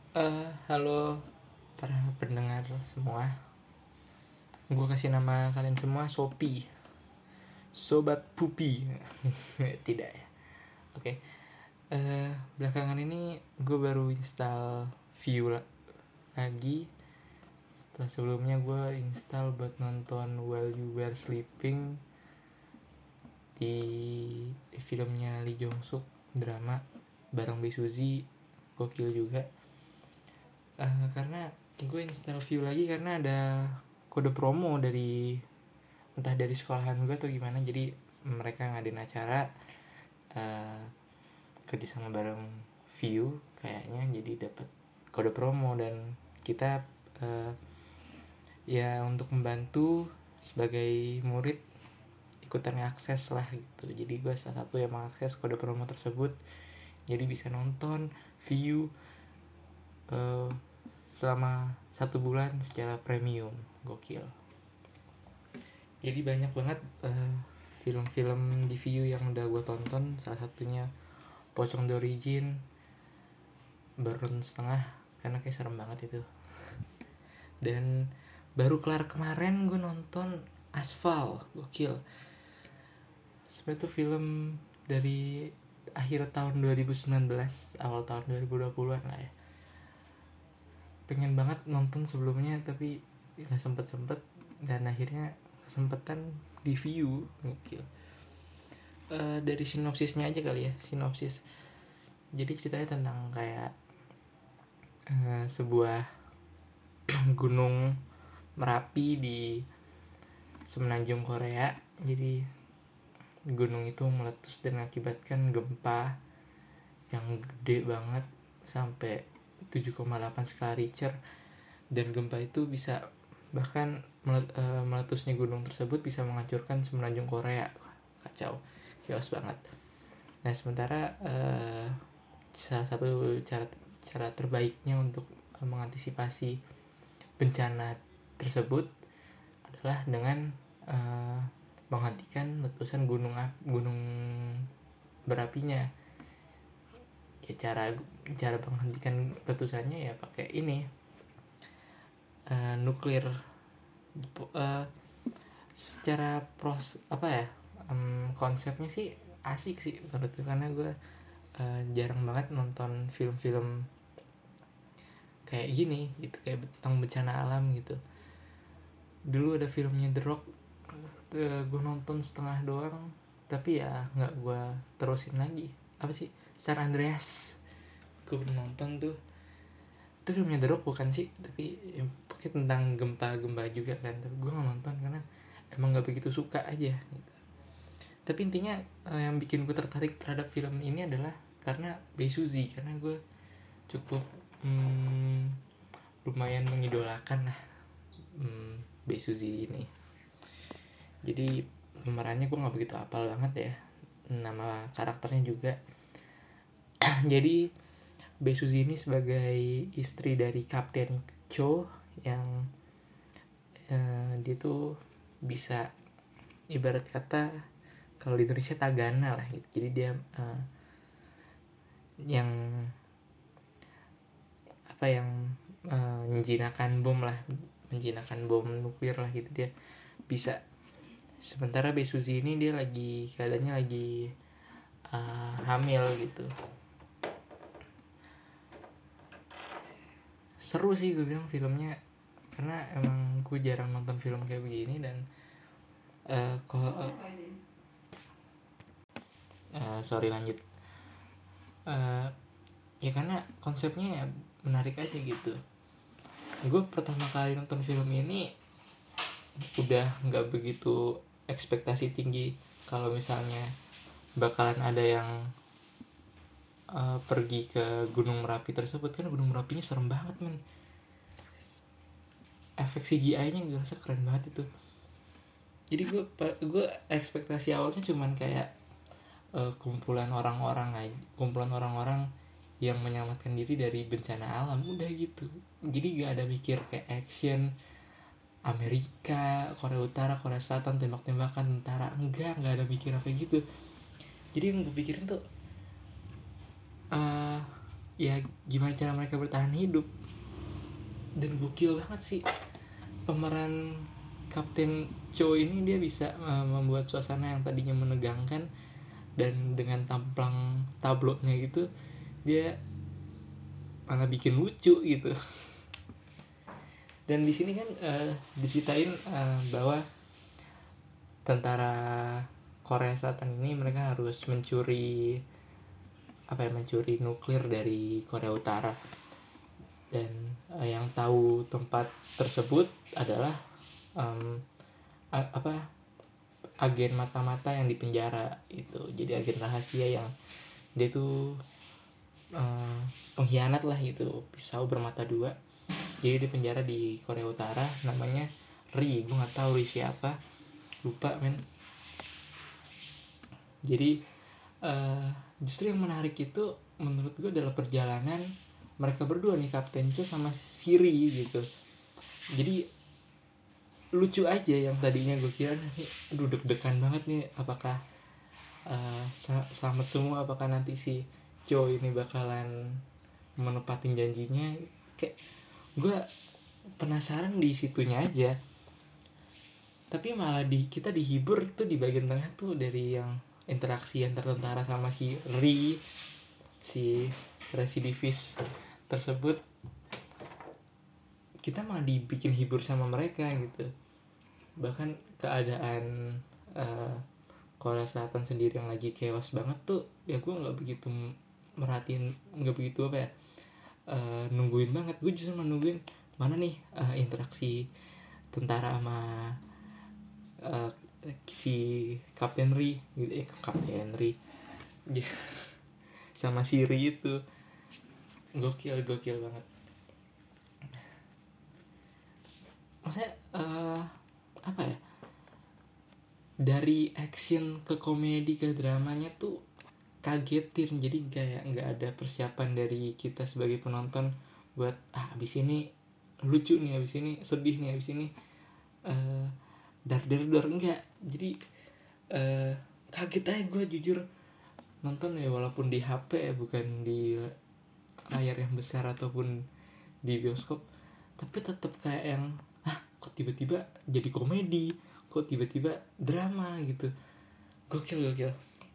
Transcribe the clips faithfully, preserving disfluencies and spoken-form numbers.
Eh, halo para pendengar semua. Gue kasih nama kalian semua Sopi, Sobat Pupi. Tidak ya. Oke. Eh, belakangan ini gue baru install View lagi. Setelah sebelumnya gue install buat nonton While You Were Sleeping di filmnya Lee Jong Suk, drama bareng Bae Suzy, gokil juga. Uh, karena gue install View lagi karena ada kode promo dari entah dari sekolahan gue atau gimana. Jadi mereka ngadain acara uh, kerjasama bareng View kayaknya, jadi dapat kode promo dan kita uh, ya untuk membantu sebagai murid ikutan akses lah gitu. Jadi gue salah satu yang mengakses kode promo tersebut, jadi bisa nonton View uh, selama satu bulan secara premium. Gokil. Jadi banyak banget uh, film-film di View yang udah gue tonton. Salah satunya Pocong The Origin, baru setengah karena kayak serem banget itu. Dan baru kelar kemarin gue nonton Asphalt. Gokil. Sebenarnya tuh film dari akhir tahun dua ribu sembilan belas, awal tahun dua ribu dua puluhan lah ya. Pengen banget nonton sebelumnya tapi nggak sempet sempet dan akhirnya kesempatan di View. Gokil. Uh, dari sinopsisnya aja kali ya, sinopsis. Jadi ceritanya tentang kayak uh, sebuah gunung Merapi di semenanjung Korea. Jadi gunung itu meletus dan mengakibatkan gempa yang gede banget sampai tujuh koma delapan skala Richter, dan gempa itu bisa bahkan meletusnya gunung tersebut bisa menghancurkan semenanjung Korea. Kacau, chaos banget. Nah sementara uh, salah satu cara cara terbaiknya untuk mengantisipasi bencana tersebut adalah dengan uh, menghentikan letusan gunung gunung berapinya. Ya cara cara menghentikan letusannya ya pakai ini uh, nuklir. Uh, secara pros apa ya um, konsepnya sih asik sih menurutku, karena gue uh, jarang banget nonton film-film kayak gini gitu, kayak tentang bencana alam gitu. Dulu ada filmnya The Rock, uh, gue nonton setengah doang tapi ya nggak gue terusin lagi. Apa sih, San Andreas, gue belum nonton tuh. Itu filmnya The Rock bukan sih, tapi ya, pokoknya tentang gempa-gempa juga kan, tapi gue nggak nonton karena emang nggak begitu suka aja gitu. Tapi intinya eh, yang bikin gue tertarik terhadap film ini adalah karena Bae Suzy, karena gue cukup hmm, lumayan mengidolakan lah hmm, Bae Suzy ini. Jadi pemerannya gue nggak begitu hafal banget ya, nama karakternya juga. Jadi Bae Suzy ini sebagai istri dari Kapten Cho yang uh, dia tuh bisa ibarat kata kalau di Indonesia Tagana lah gitu. Jadi dia uh, yang apa yang uh, menjinakkan bom lah, menjinakkan bom nuklir lah gitu. Dia bisa. Sementara Bae Suzy ini dia lagi keadaannya lagi uh, hamil gitu. Seru sih gue bilang filmnya, karena emang gue jarang nonton film kayak begini. Dan uh, kalau uh, uh, sorry lanjut uh, ya karena konsepnya ya menarik aja gitu. Gue pertama kali nonton film ini udah nggak begitu ekspektasi tinggi kalau misalnya bakalan ada yang uh, pergi ke Gunung Merapi tersebut, kan Gunung Merapinya serem banget men. Efek C G I-nya gue rasa keren banget itu. Jadi gue gue ekspektasi awalnya cuman kayak uh, kumpulan orang-orang aja, kumpulan orang-orang yang menyelamatkan diri dari bencana alam, udah gitu. Jadi gak ada mikir kayak action Amerika, Korea Utara, Korea Selatan, tembak-tembakan, tentara. Enggak, enggak ada mikir kayak gitu. Jadi yang gue pikirin tuh uh, ya gimana cara mereka bertahan hidup. Dan gokil banget sih pemeran Kapten Cho ini, dia bisa uh, membuat suasana yang tadinya menegangkan, dan dengan tamplang tablonya gitu dia malah bikin lucu gitu. Dan di sini kan uh, diceritain uh, bahwa tentara Korea Selatan ini mereka harus mencuri apa ya mencuri nuklir dari Korea Utara, dan uh, yang tahu tempat tersebut adalah um, a- apa agen mata-mata yang dipenjara itu. Jadi agen rahasia yang dia tuh uh, pengkhianat lah gitu, pisau bermata dua. Jadi di penjara di Korea Utara, namanya Ri, gue nggak tahu Ri siapa, lupa men. Jadi uh, justru yang menarik itu menurut gue adalah perjalanan mereka berdua nih, Kapten Cho sama Siri gitu. Jadi lucu aja, yang tadinya gue kira nih aduh deg-degan banget nih, apakah uh, selamat semua, apakah nanti si Cho ini bakalan menepatin janjinya. Kayak gue penasaran di situnya aja, tapi malah di kita dihibur tuh di bagian tengah tuh, dari yang interaksi antar tentara sama si Ri, si residivis tersebut. Kita malah dibikin hibur sama mereka gitu. Bahkan keadaan uh, Korea Selatan sendiri yang lagi chaos banget tuh, ya gue nggak begitu merhatiin, nggak begitu apa ya uh, nungguin banget. Gue justru menungguin mana nih uh, interaksi tentara sama uh, si Kapten Ri gitu, eh Kapten Ri sama Siri itu gokil gokil banget. Maksudnya uh, apa ya, dari action ke komedi ke dramanya tuh kagetin. Jadi kayak nggak ada persiapan dari kita sebagai penonton buat ah abis ini lucu nih, abis ini sedih nih, abis ini uh, dar dar dar enggak. Jadi uh, kaget aja gue jujur nonton ya, walaupun di H P ya, bukan di layar yang besar ataupun di bioskop, tapi tetap kayak yang ah kok tiba-tiba jadi komedi, kok tiba-tiba drama gitu. Gokil gokil.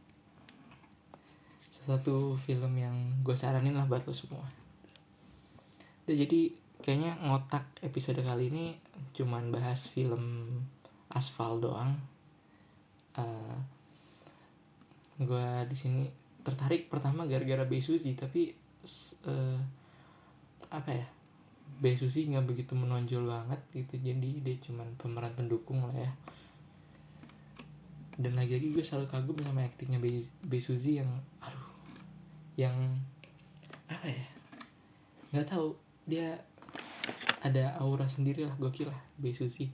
Salah satu film yang gue saranin lah buat lo semua. Dan jadi kayaknya ngotak episode kali ini cuman bahas film Aspal doang. Uh, gue di sini tertarik pertama gara-gara Bae Suzy, tapi uh, apa ya, Bae Suzy nggak begitu menonjol banget gitu, jadi dia cuman pemeran pendukung lah ya. Dan lagi-lagi gue selalu kagum sama aktingnya Bae, Bae Suzy yang aduh, yang apa ya, nggak tahu, dia ada aura sendiri lah, gokil lah Bae Suzy.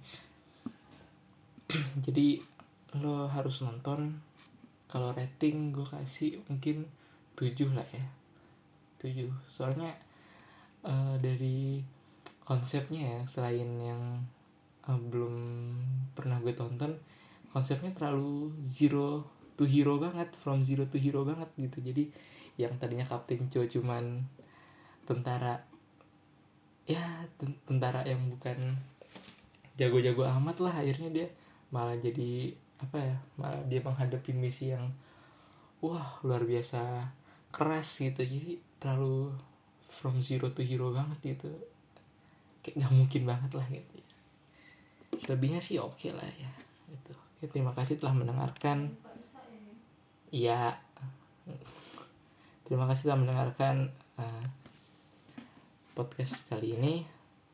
Jadi lo harus nonton. Kalau rating gue kasih mungkin tujuh lah ya, tujuh. Soalnya uh, dari konsepnya ya, selain yang uh, belum pernah gue tonton, konsepnya terlalu zero to hero banget, from zero to hero banget gitu. Jadi yang tadinya Kapten Cho cuman tentara, ya tentara yang bukan jago-jago amat lah, akhirnya dia malah jadi apa ya, malah dia menghadapi misi yang wah luar biasa keras gitu. Jadi terlalu from zero to hero banget gitu, kayak nggak mungkin banget lah gitu. Selebihnya sih oke okay lah ya gitu. Oke, terima kasih telah mendengarkan. Iya, terima kasih telah mendengarkan uh, podcast kali ini.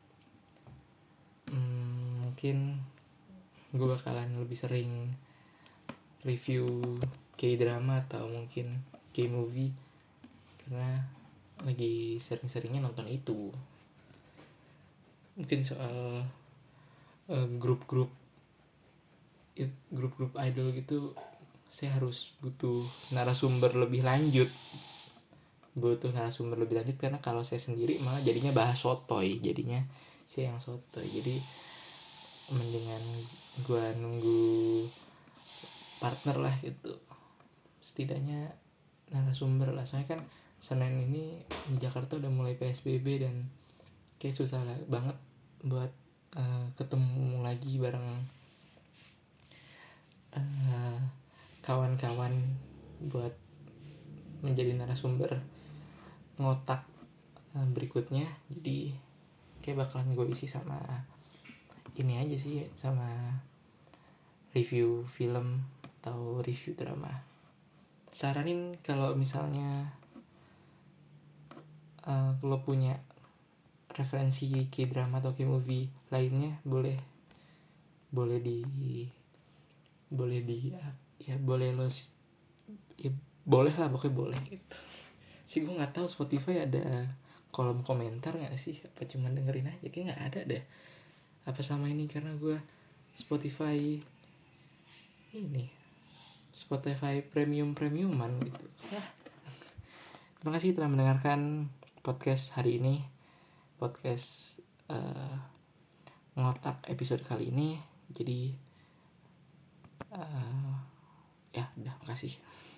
hmm, mungkin gue bakalan lebih sering review K-drama atau mungkin K-movie, karena lagi sering-seringnya nonton itu. Mungkin soal uh, grup-grup grup-grup idol gitu, saya harus butuh narasumber lebih lanjut butuh narasumber lebih lanjut karena kalau saya sendiri malah jadinya bahas sotoy, jadinya saya yang sotoy. Jadi mendingan gue nunggu partner lah gitu, setidaknya narasumber lah. Soalnya kan Senin ini di Jakarta udah mulai P S B B dan kayak susah lah banget buat uh, ketemu lagi bareng uh, kawan-kawan buat menjadi narasumber ngotak uh, berikutnya. Jadi kayak bakalan gue isi sama ini aja sih, sama review film atau review drama. Saranin kalau misalnya uh, kalau punya referensi K-drama atau K-movie lainnya, boleh boleh di boleh di ya boleh lo ya boleh lah, pokoknya boleh gitu sih. Gue nggak tahu Spotify ada kolom komentar nggak sih, apa cuma dengerin aja, kayak nggak ada deh. Apa sama ini karena gue Spotify ini Spotify premium premiuman gitu. ah. Terima kasih telah mendengarkan podcast hari ini, podcast uh, ngotak episode kali ini. Jadi uh, ya udah, makasih.